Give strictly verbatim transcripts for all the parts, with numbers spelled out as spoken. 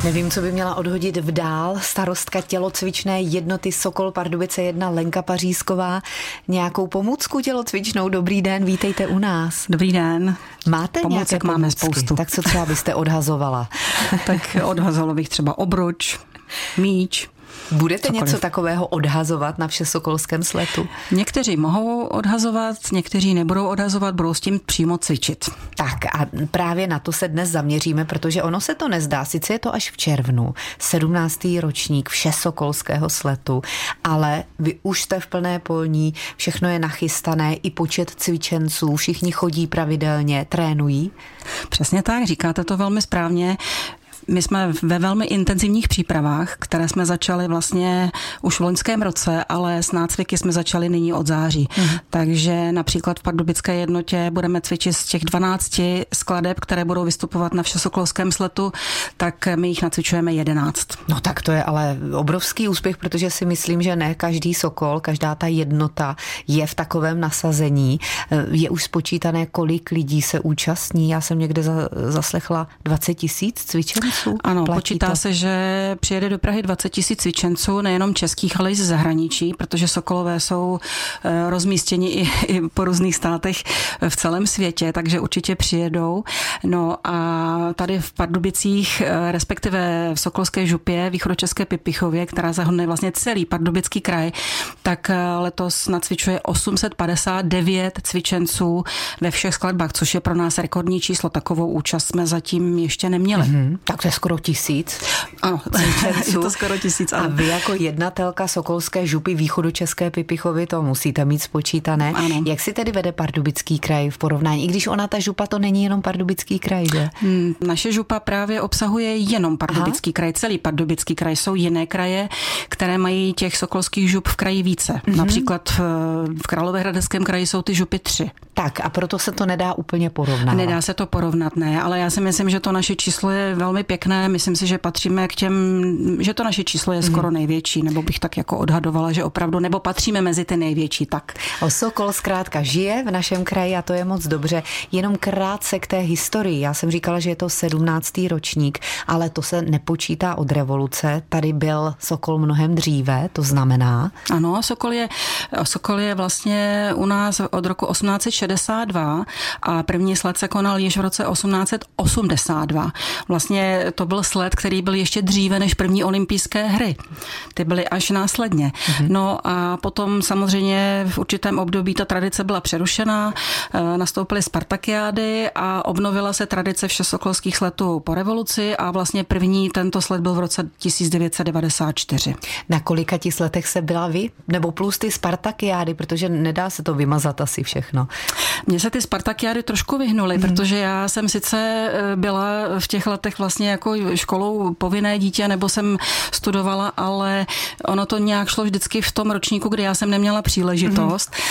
Nevím, co by měla odhodit v dál. Starostka tělocvičné jednoty Sokol Pardubice jedna Lenka Pařízková. Nějakou pomůcku tělocvičnou? Dobrý den, vítejte u nás. Dobrý den. Máte Pomůcek nějaké pomůcky? Máme spoustu. Tak co třeba byste odhazovala? Tak odhazovala bych třeba obruč, míč. Budete cokoliv. něco takového odhazovat na Všesokolském sletu? Někteří mohou odhazovat, někteří nebudou odhazovat, budou s tím přímo cvičit. Tak a právě na to se dnes zaměříme, protože ono se to nezdá, sice je to až v červnu, sedmnáctý ročník Všesokolského sletu, ale vy už jste v plné polní, všechno je nachystané, i počet cvičenců, všichni chodí pravidelně, trénují? Přesně tak, říkáte to velmi správně. My jsme ve velmi intenzivních přípravách, které jsme začali vlastně už v loňském roce, ale s nácviky jsme začali nyní od září. Mm. Takže například v Pardubické jednotě budeme cvičit z těch dvanácti skladeb, které budou vystupovat na Všesokolském sletu, tak my jich nacvičujeme jedenáct. No tak to je ale obrovský úspěch, protože si myslím, že ne každý Sokol, každá ta jednota je v takovém nasazení. Je už spočítané, kolik lidí se účastní. Já jsem někde zaslechla dvacet tisíc cvičenců. Ano, Platí počítá to? se, že přijede do Prahy dvacet tisíc cvičenců, nejenom českých, ale i ze zahraničí, protože Sokolové jsou rozmístěni i, i po různých státech v celém světě, takže určitě přijedou. No a tady v Pardubicích, respektive v Sokolské župě, východočeské Pipichově, která zahrnuje vlastně celý Pardubický kraj, tak letos nacvičuje osm set padesát devět cvičenců ve všech skladbách, což je pro nás rekordní číslo. Takovou účast jsme zatím ještě neměli. Mm-hmm. Tak to je skoro tisíc. Ano, je to skoro tisíc. A vy jako jednatelka Sokolské župy východočeské Pipichovy to musíte mít spočítané. Ano. Jak si tedy vede Pardubický kraj v porovnání? I když ona, ta župa, to není jenom Pardubický kraj, že? Hmm, naše župa právě obsahuje jenom Pardubický Aha. kraj. Celý Pardubický kraj. Jsou jiné kraje, které mají těch sokolských žup v kraji více. Mm-hmm. Například v, v Královéhradeckém kraji jsou ty župy tři. Tak a proto se to nedá úplně porovnat. Nedá se to porovnat, ne, ale já si myslím, že to naše číslo je velmi pěkné. Myslím si, že patříme k těm, že to naše číslo je skoro největší, nebo bych tak jako odhadovala, že opravdu, nebo patříme mezi ty největší, tak. O Sokol zkrátka žije v našem kraji a to je moc dobře. Jenom krátce k té historii. Já jsem říkala, že je to sedmnáctý ročník, ale to se nepočítá od revoluce. Tady byl Sokol mnohem dříve, to znamená. Ano, Sokol je, Sokol je vlastně u nás od roku osmnáct set šedesát dva a první sled se konal již v roce osmnáct set osmdesát dva. Vlastně to byl sled, který byl ještě dříve než první olympijské hry. Ty byly až následně. Mm-hmm. No a potom samozřejmě v určitém období ta tradice byla přerušena, nastoupily Spartakiády a obnovila se tradice všesokolských sletů po revoluci a vlastně první tento sled byl v roce tisíc devět set devadesát čtyři. Na kolika těch sletech se byla vy? Nebo plus ty Spartakiády, protože nedá se to vymazat asi všechno. Mně se ty Spartakiády trošku vyhnuly, mm. protože já jsem sice byla v těch letech vlastně jako školou povinné dítě, nebo jsem studovala, ale ono to nějak šlo vždycky v tom ročníku, kdy já jsem neměla příležitost, mm.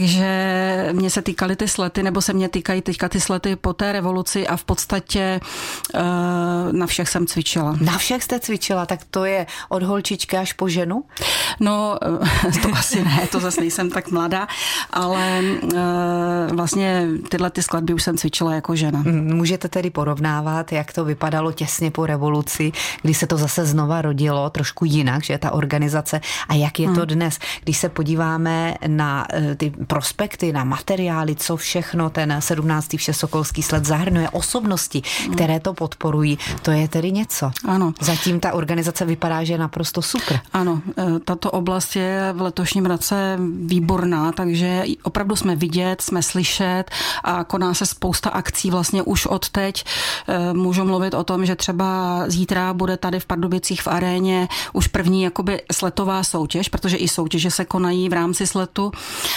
takže mě se týkaly ty slety, nebo se mě týkají teďka ty slety po té revoluci a v podstatě uh, na všech jsem cvičila. Na všech jste cvičila, tak to je od holčičky až po ženu? No, to asi ne, to zase nejsem tak mladá, ale uh, vlastně tyhle ty skladby už jsem cvičila jako žena. Můžete tedy porovnávat, jak to vypadalo těsně po revoluci, kdy se to zase znova rodilo, trošku jinak, že ta organizace, a jak je to hmm. dnes. Když se podíváme na ty prospekty, na materiály, co všechno ten sedmnáctý Všesokolský sled zahrnuje, osobnosti, hmm. které to podporují, to je tedy něco. Ano. Zatím ta organizace vypadá, že je naprosto super. Ano, tato oblast je v letošním roce výborná, takže opravdu jsme vidět, jsme slyšet a koná se spousta akcí vlastně už od teď. Můžu mluvit o tom, že třeba zítra bude tady v Pardubicích v aréně už první jakoby sletová soutěž, protože i soutěže se konají v rámci sletu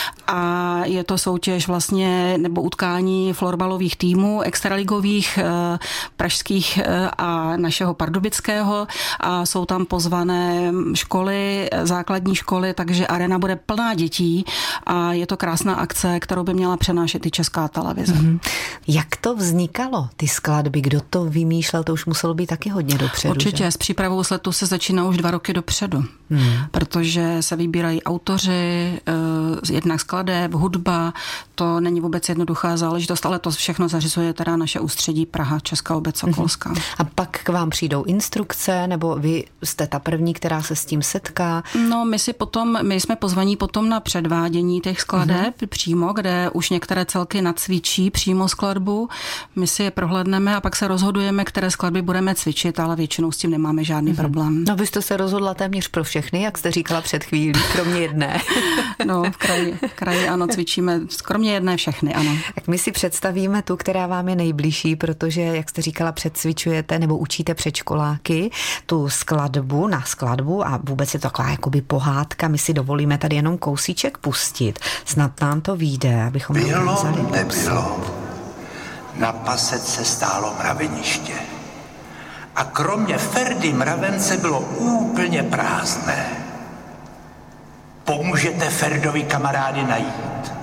a je to soutěž vlastně nebo utkání florbalových týmů, extraligových, pražských a našeho pardubického a jsou tam pozvané školy, základní školy, takže arena bude plná dětí a je to krásná akce, kterou by měla přenášet i Česká televize. Mm-hmm. Jak to vznikalo, ty skladby? Kdo to vymýšlel? To už už muselo být taky hodně dopředu. Určitě, že? s přípravou sletu se začíná už dva roky dopředu, hmm. protože se vybírají autoři, jednak skladeb, hudba, to není vůbec jednoduchá záležitost, ale to všechno zařizuje teda naše ústředí Praha, Česká obec Sokolská. Hmm. A pak k vám přijdou instrukce, nebo vy jste ta první, která se s tím setká? No, my si potom, my jsme pozvaní potom na předvádění těch skladeb hmm. přímo, kde už některé celky nacvičí přímo skladbu. My si je prohlédneme a pak se rozhodujeme, které skladby budeme cvičit, ale většinou s tím nemáme žádný mm-hmm. problém. No vy jste se rozhodla téměř pro všechny, jak jste říkala před chvílí, kromě jedné. No, v kraji, v kraji ano, cvičíme, kromě jedné všechny, ano. Tak my si představíme tu, která vám je nejbližší, protože, jak jste říkala, předcvičujete nebo učíte předškoláky tu skladbu na skladbu a vůbec je to taková jakoby pohádka. My si dovolíme tady jenom kousíček pustit. Snad nám to vyjde, abychom Bylo, nebylo. Na pasece stálo mraveniště. A kromě Ferdy mravence bylo úplně prázdné. Pomůžete Ferdovi kamarády najít?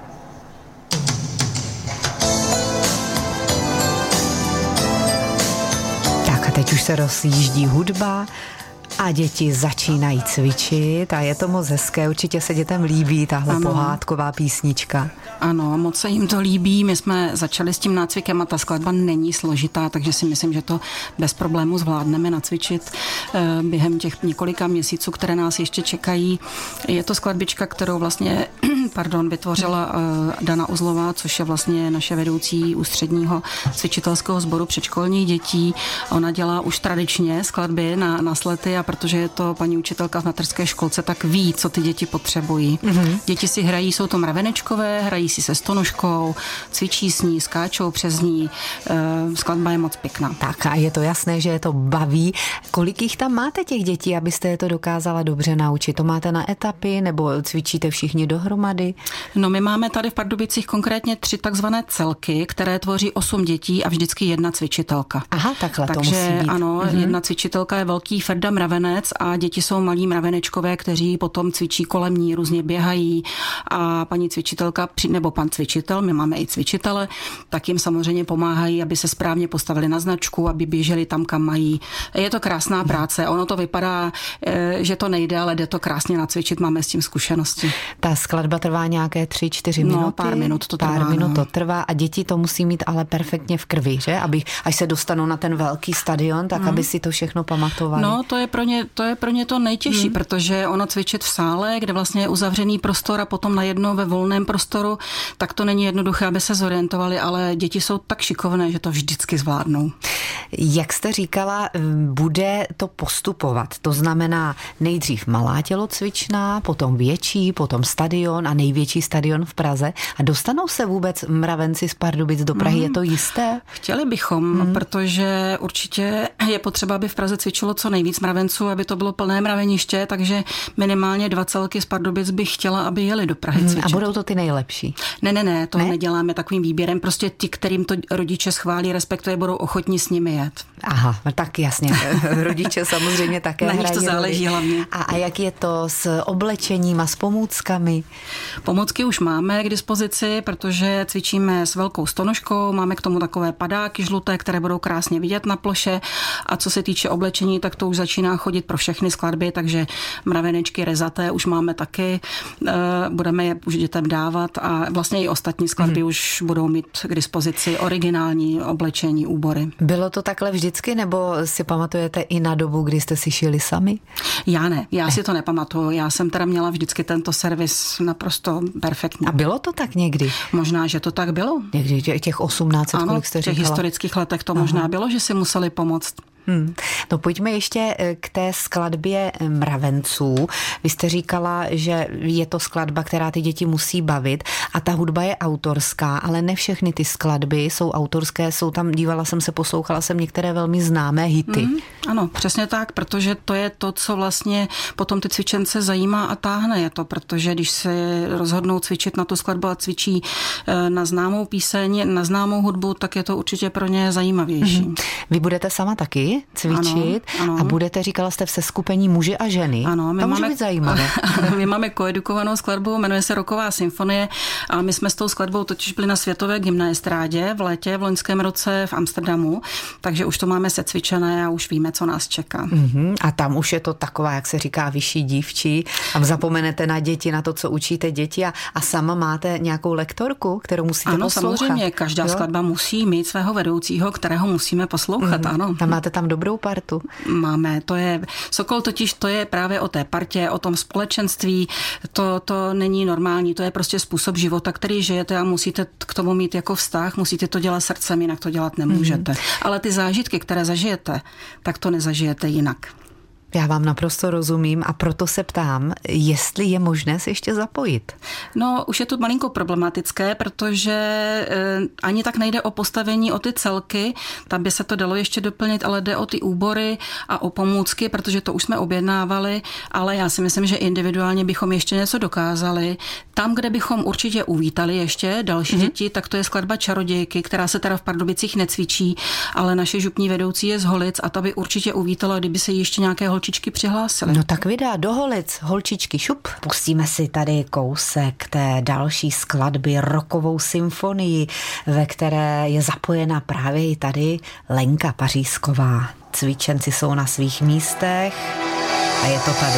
Tak a teď už se rozjíždí hudba a děti začínají cvičit a je to moc hezké, určitě se dětem líbí tahle ano. pohádková písnička. Ano, moc se jim to líbí, my jsme začali s tím nácvikem a ta skladba není složitá, takže si myslím, že to bez problému zvládneme nacvičit během těch několika měsíců, které nás ještě čekají. Je to skladbička, kterou vlastně pardon, vytvořila Dana Uzlová, což je vlastně naše vedoucí ústředního cvičitelského sboru předškolních dětí. Ona dělá už tradičně skladby na, na slety a protože je to paní učitelka v mateřské školce, tak ví, co ty děti potřebují. Mm-hmm. Děti si hrají, jsou to mravenečkové, hrají si se stonožkou, cvičí s ní, skáčou přes ní. E, skladba je moc pěkná. Tak a je to jasné, že je to baví. Kolik jich tam máte těch dětí, abyste je to dokázala dobře naučit? To máte na etapy nebo cvičíte všichni dohromady? No my máme tady v Pardubicích konkrétně tři takzvané celky, které tvoří osm dětí a vždycky jedna cvičitelka. Aha, takhle Takže, to musí být. ano, mm-hmm. jedna cvičitelka je velký Ferda mravenec a děti jsou malí mravenečkové, kteří potom cvičí kolem ní, různě běhají a paní cvičitelka, nebo pan cvičitel, my máme i cvičitele, tak jim samozřejmě pomáhají, aby se správně postavili na značku, aby běželi tam, kam mají. Je to krásná práce, ono to vypadá, že to nejde, ale jde to krásně nacvičit, máme s tím zkušenosti. Ta skladba trvá nějaké tři, čtyři no, minuty? pár minut to trvá. Pár minut no. to trvá a děti to musí mít ale perfektně v krvi, že? Aby, až se dostanou na ten velký stadion, tak hmm. aby si to všechno pamatovali. No, to je pro ně to, je pro ně to nejtěžší, hmm. protože ono cvičit v sále, kde vlastně je uzavřený prostor a potom najednou ve volném prostoru, tak to není jednoduché, aby se zorientovali, ale děti jsou tak šikovné, že to vždycky zvládnou. Jak jste říkala, bude to postupovat. To znamená nejdřív malá tělocvičná, potom větší, potom stadion a největší stadion v Praze. A dostanou se vůbec mravenci z Pardubic do Prahy? Mm. Je to jisté? Chtěli bychom, mm. protože určitě je potřeba, aby v Praze cvičilo co nejvíc mravenců, aby to bylo plné mraveniště, takže minimálně dva celky z Pardubic bych chtěla, aby jeli do Prahy cvičit. A budou to ty nejlepší? Ne, ne, ne, to ne? neděláme takovým výběrem. Prostě ti, kterým to rodiče schválí, respektive budou ochotní s nimi jet. Aha, tak jasně. Rodiče samozřejmě také hrají. Na nich to záleží hlavně. A, a jak je to s oblečením a s pomůckami? Pomůcky už máme k dispozici, protože cvičíme s velkou stonožkou, máme k tomu takové padáky žluté, které budou krásně vidět na ploše a co se týče oblečení, tak to už začíná chodit pro všechny skladby, takže mravenečky rezaté už máme taky, budeme je už dětem dávat a vlastně i ostatní skladby hmm. už budou mít k dispozici originální oblečení, úbory. Bylo to takhle vždycky, nebo si pamatujete i na dobu, kdy jste si šili sami? Já ne, já si to nepamatuju. Já jsem teda měla vždycky tento servis naprosto perfektní. A bylo to tak někdy? Možná, že to tak bylo. Někdy těch osmnáct, ano, kolik jste říkala? v těch historických letech to Aha. možná bylo, že si museli pomoct. Hmm. No pojďme ještě k té skladbě mravenců. Vy jste říkala, že je to skladba, která ty děti musí bavit a ta hudba je autorská, ale ne všechny ty skladby jsou autorské, jsou tam, dívala jsem se, poslouchala jsem některé velmi známé hity. Hmm. Ano, přesně tak, protože to je to, co vlastně potom ty cvičence zajímá a táhne je to, protože když se rozhodnou cvičit na tu skladbu a cvičí na známou píseň, na známou hudbu, tak je to určitě pro ně zajímavější. Hmm. Vy budete sama taky sami cvičit ano, ano. a budete, říkala jste, v seskupení muži a ženy. Ano, my to máme, může být zajímavé. My máme koedukovanou skladbu, jmenuje se Rocková symfonie a my jsme s tou skladbou totiž byli na Světové gymnaestrádě v létě v loňském roce v Amsterdamu, takže už to máme secvičené a už víme, co nás čeká. Uh-huh. A tam už je to taková, jak se říká, vyšší dívčí. Tam zapomenete na děti, na to, co učíte děti a, a sama máte nějakou lektorku, kterou musíte ano, poslouchat. Ano, samozřejmě, každá jo? skladba musí mít svého vedoucího, kterého musíme poslouchat, uh-huh. ano. A máte tam dobrou partu? Máme, to je, Sokol totiž to je právě o té partě, o tom společenství, to, to není normální, to je prostě způsob života, který žijete a musíte k tomu mít jako vztah, musíte to dělat srdcem, jinak to dělat nemůžete. Mm. Ale ty zážitky, které zažijete, tak to nezažijete jinak. Já vám naprosto rozumím a proto se ptám, jestli je možné se ještě zapojit. No, už je to malinko problematické, protože eh, ani tak nejde o postavení, o ty celky, tam by se to dalo ještě doplnit, ale jde o ty úbory a o pomůcky, protože to už jsme objednávali, ale já si myslím, že individuálně bychom ještě něco dokázali. Tam, kde bychom určitě uvítali ještě další mm-hmm. děti, tak to je skladba Čarodějky, která se teda v Pardubicích necvičí, ale naše župní vedoucí je z Holic a ta by určitě uvítala, kdyby se ještě nějaké holčičky přihlásily. No tak vydá do Holic, holčičky, šup. Pustíme si tady kousek té další skladby, Rockovou symfonii, ve které je zapojena právě i tady Lenka Pařízková. Cvičenci jsou na svých místech a je to tady.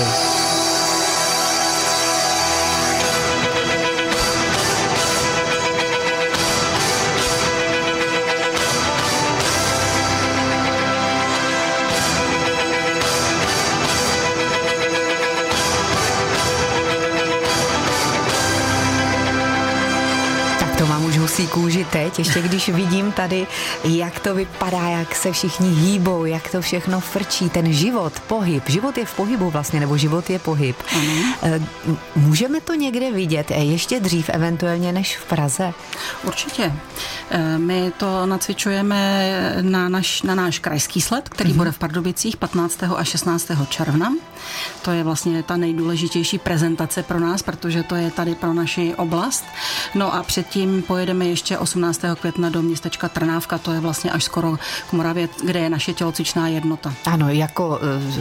Husí kůži teď, ještě když vidím tady, jak to vypadá, jak se všichni hýbou, jak to všechno frčí, ten život, pohyb. Život je v pohybu vlastně, nebo život je pohyb. Ano. Můžeme to někde vidět ještě dřív eventuálně než v Praze? Určitě. My to nacvičujeme na, naš, na náš krajský sled, který mm-hmm. bude v Pardubicích patnáctého a šestnáctého června. To je vlastně ta nejdůležitější prezentace pro nás, protože to je tady pro naši oblast. No a předtím pojedeme ještě osmnáctého května do městečka Trnávka, to je vlastně až skoro k Moravě, kde je naše tělocvičná jednota. Ano, jako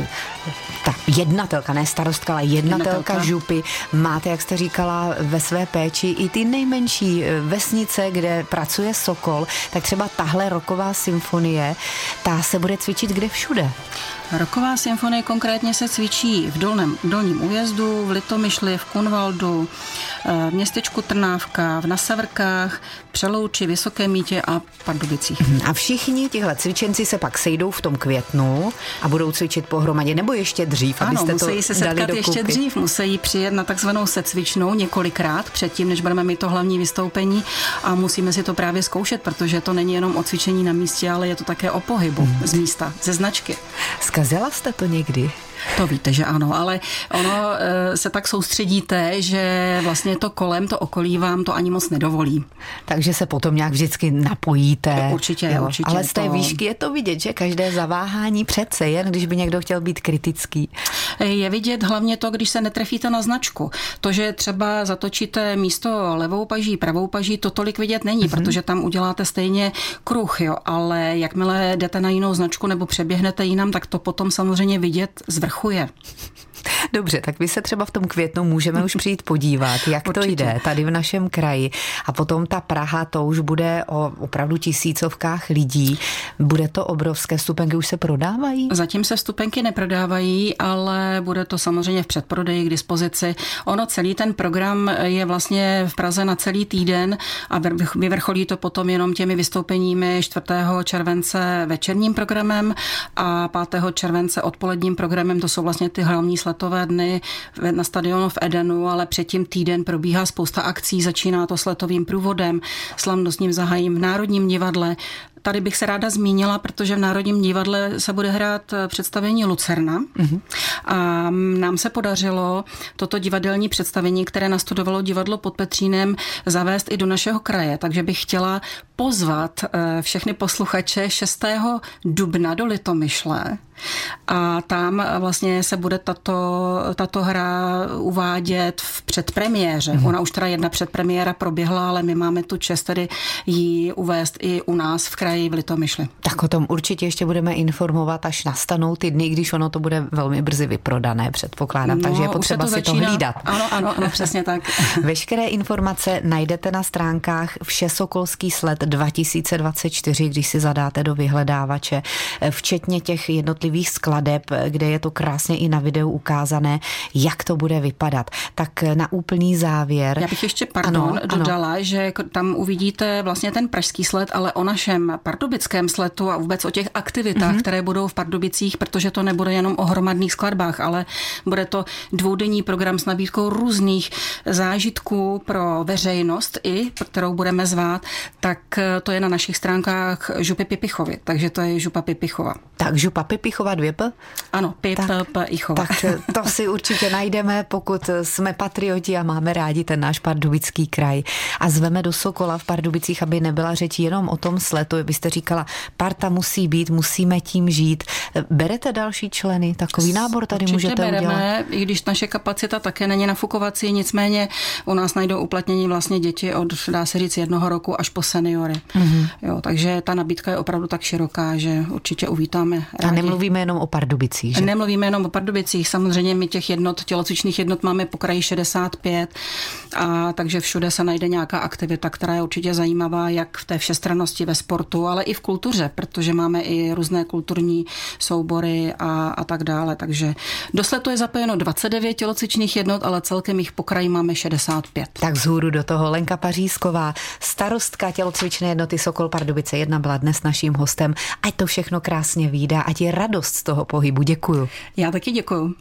ta jednatelka, ne starostka, ale jednatelka, jednatelka župy. Máte, jak jste říkala, ve své péči i ty nejmenší vesnice, kde pracuje Sokol, tak třeba tahle Rocková symfonie, ta se bude cvičit kde všude? Rocková symfonie konkrétně se cvičí v Dolném, Dolním Újezdu, v Litomyšli, v Kunvaldu, v městečku Trnávka, v Nasavrkách, Přelouči, Vysoké Mítě a Pardubicích. A všichni tihle cvičenci se pak sejdou v tom květnu a budou cvičit pohromadě, nebo ještě dřív, ano, abyste musí to se setkat ještě dřív, musí přijet na takzvanou secvičnou několikrát předtím, než budeme mít to hlavní vystoupení a musíme si to právě zkoušet, protože to není jenom o cvičení na místě, ale je to také o pohybu hmm. z místa, ze značky. Zkazila jste to někdy? To víte, že ano, ale ono e, se tak soustředíte, že vlastně to kolem, to okolí vám to ani moc nedovolí. Takže se potom nějak vždycky napojíte. Určitě, jo. určitě. Ale z té to... výšky je to vidět, že každé zaváhání přece jen, když by někdo chtěl být kritický. Je vidět hlavně to, když se netrefíte na značku. To, že třeba zatočíte místo levou paží, pravou paží, to tolik vidět není, mm-hmm. protože tam uděláte stejně kruh, jo, ale jakmile jdete na jinou značku nebo přeběhnete jinam, tak to potom samozřejmě vidět zvrchuje. Dobře, tak my se třeba v tom květnu můžeme už přijít podívat, jak Určitě. to jde tady v našem kraji. A potom ta Praha, to už bude o opravdu tisícovkách lidí. Bude to obrovské, vstupenky už se prodávají? Zatím se vstupenky neprodávají, ale bude to samozřejmě v předprodeji k dispozici. Ono celý ten program je vlastně v Praze na celý týden a vyvrcholí to potom jenom těmi vystoupeními čtvrtého července večerním programem a pátého července odpoledním programem. To jsou vlastně ty hlavní sletové dny na stadionu v Edenu, ale předtím týden probíhá spousta akcí. Začíná to s letovým průvodem, slavnostním zahájením v Národním divadle. Tady bych se ráda zmínila, protože v Národním divadle se bude hrát představení Lucerna. Mm-hmm. A nám se podařilo toto divadelní představení, které nastudovalo divadlo pod Petřínem, zavést i do našeho kraje. Takže bych chtěla pozvat všechny posluchače šestého dubna do Litomyšle A tam vlastně se bude tato, tato hra uvádět v předpremiéře. Mm. Ona už teda jedna předpremiéra proběhla, ale my máme tu čest tedy ji uvést i u nás v kraji v Litomyšli. Tak o tom určitě ještě budeme informovat, až nastanou ty dny, když ono to bude velmi brzy vyprodané, předpokládám, no, takže je potřeba to si začíná. to hlídat. Ano, ano, ano, přesně tak. Veškeré informace najdete na stránkách Všesokolský sled dva tisíce dvacet čtyři, když si zadáte do vyhledávače, včetně těch jednotlivých skladeb, kde je to krásně i na videu ukázané, jak to bude vypadat. Tak na úplný závěr. Já bych ještě, pardon, ano, dodala, ano. že tam uvidíte vlastně ten pražský sled, ale o našem pardubickém sletu a vůbec o těch aktivitách, mm-hmm. které budou v Pardubicích, protože to nebude jenom o hromadných skladbách, ale bude to dvoudenní program s nabídkou různých zážitků pro veřejnost i, kterou budeme zvát, tak to je na našich stránkách Župy Pipichovy, takže to je Župa Pipichova. Tak Župa Pipichova dvě P? Ano, Pip, P, Ichova. Tak to si určitě najdeme, pokud jsme patrioti a máme rádi ten náš pardubický kraj. A zveme do Sokola v Pardubicích, aby nebyla řeč jenom o tom sletu. Vy jste říkala, parta musí být, musíme tím žít. Berete další členy? Takový nábor tady určitě můžete bereme, udělat? I když naše kapacita také není nafukovací, nicméně u nás najdou uplatnění vlastně děti od, dá se říct, jednoho roku až po seniory. Mm-hmm. Jo, takže ta nabídka je opravdu tak široká, že určitě uvítáme rádi. A nemluvíme jenom o Pardubicích, že? Nemluvíme jenom o Pardubicích, samozřejmě my těch jednot, tělocvičných jednot máme po kraji šedesát pět, a takže všude se najde nějaká aktivita, která je určitě zajímavá, jak v té všestrannosti ve sportu, ale i v kultuře, protože máme i různé kulturní soubory a, a tak dále. Takže do sletu je zapojeno dvacet devět tělocvičných jednot, ale celkem jich po kraji máme šedesát pět. Tak vzhůru do toho Lenka Pařízková, starostka tělocvičné jednoty Sokol Pardubice jedna, byla dnes naším hostem. Ať to všechno krásně vídá, ať je radost z toho pohybu. Děkuju. Já taky děkuju.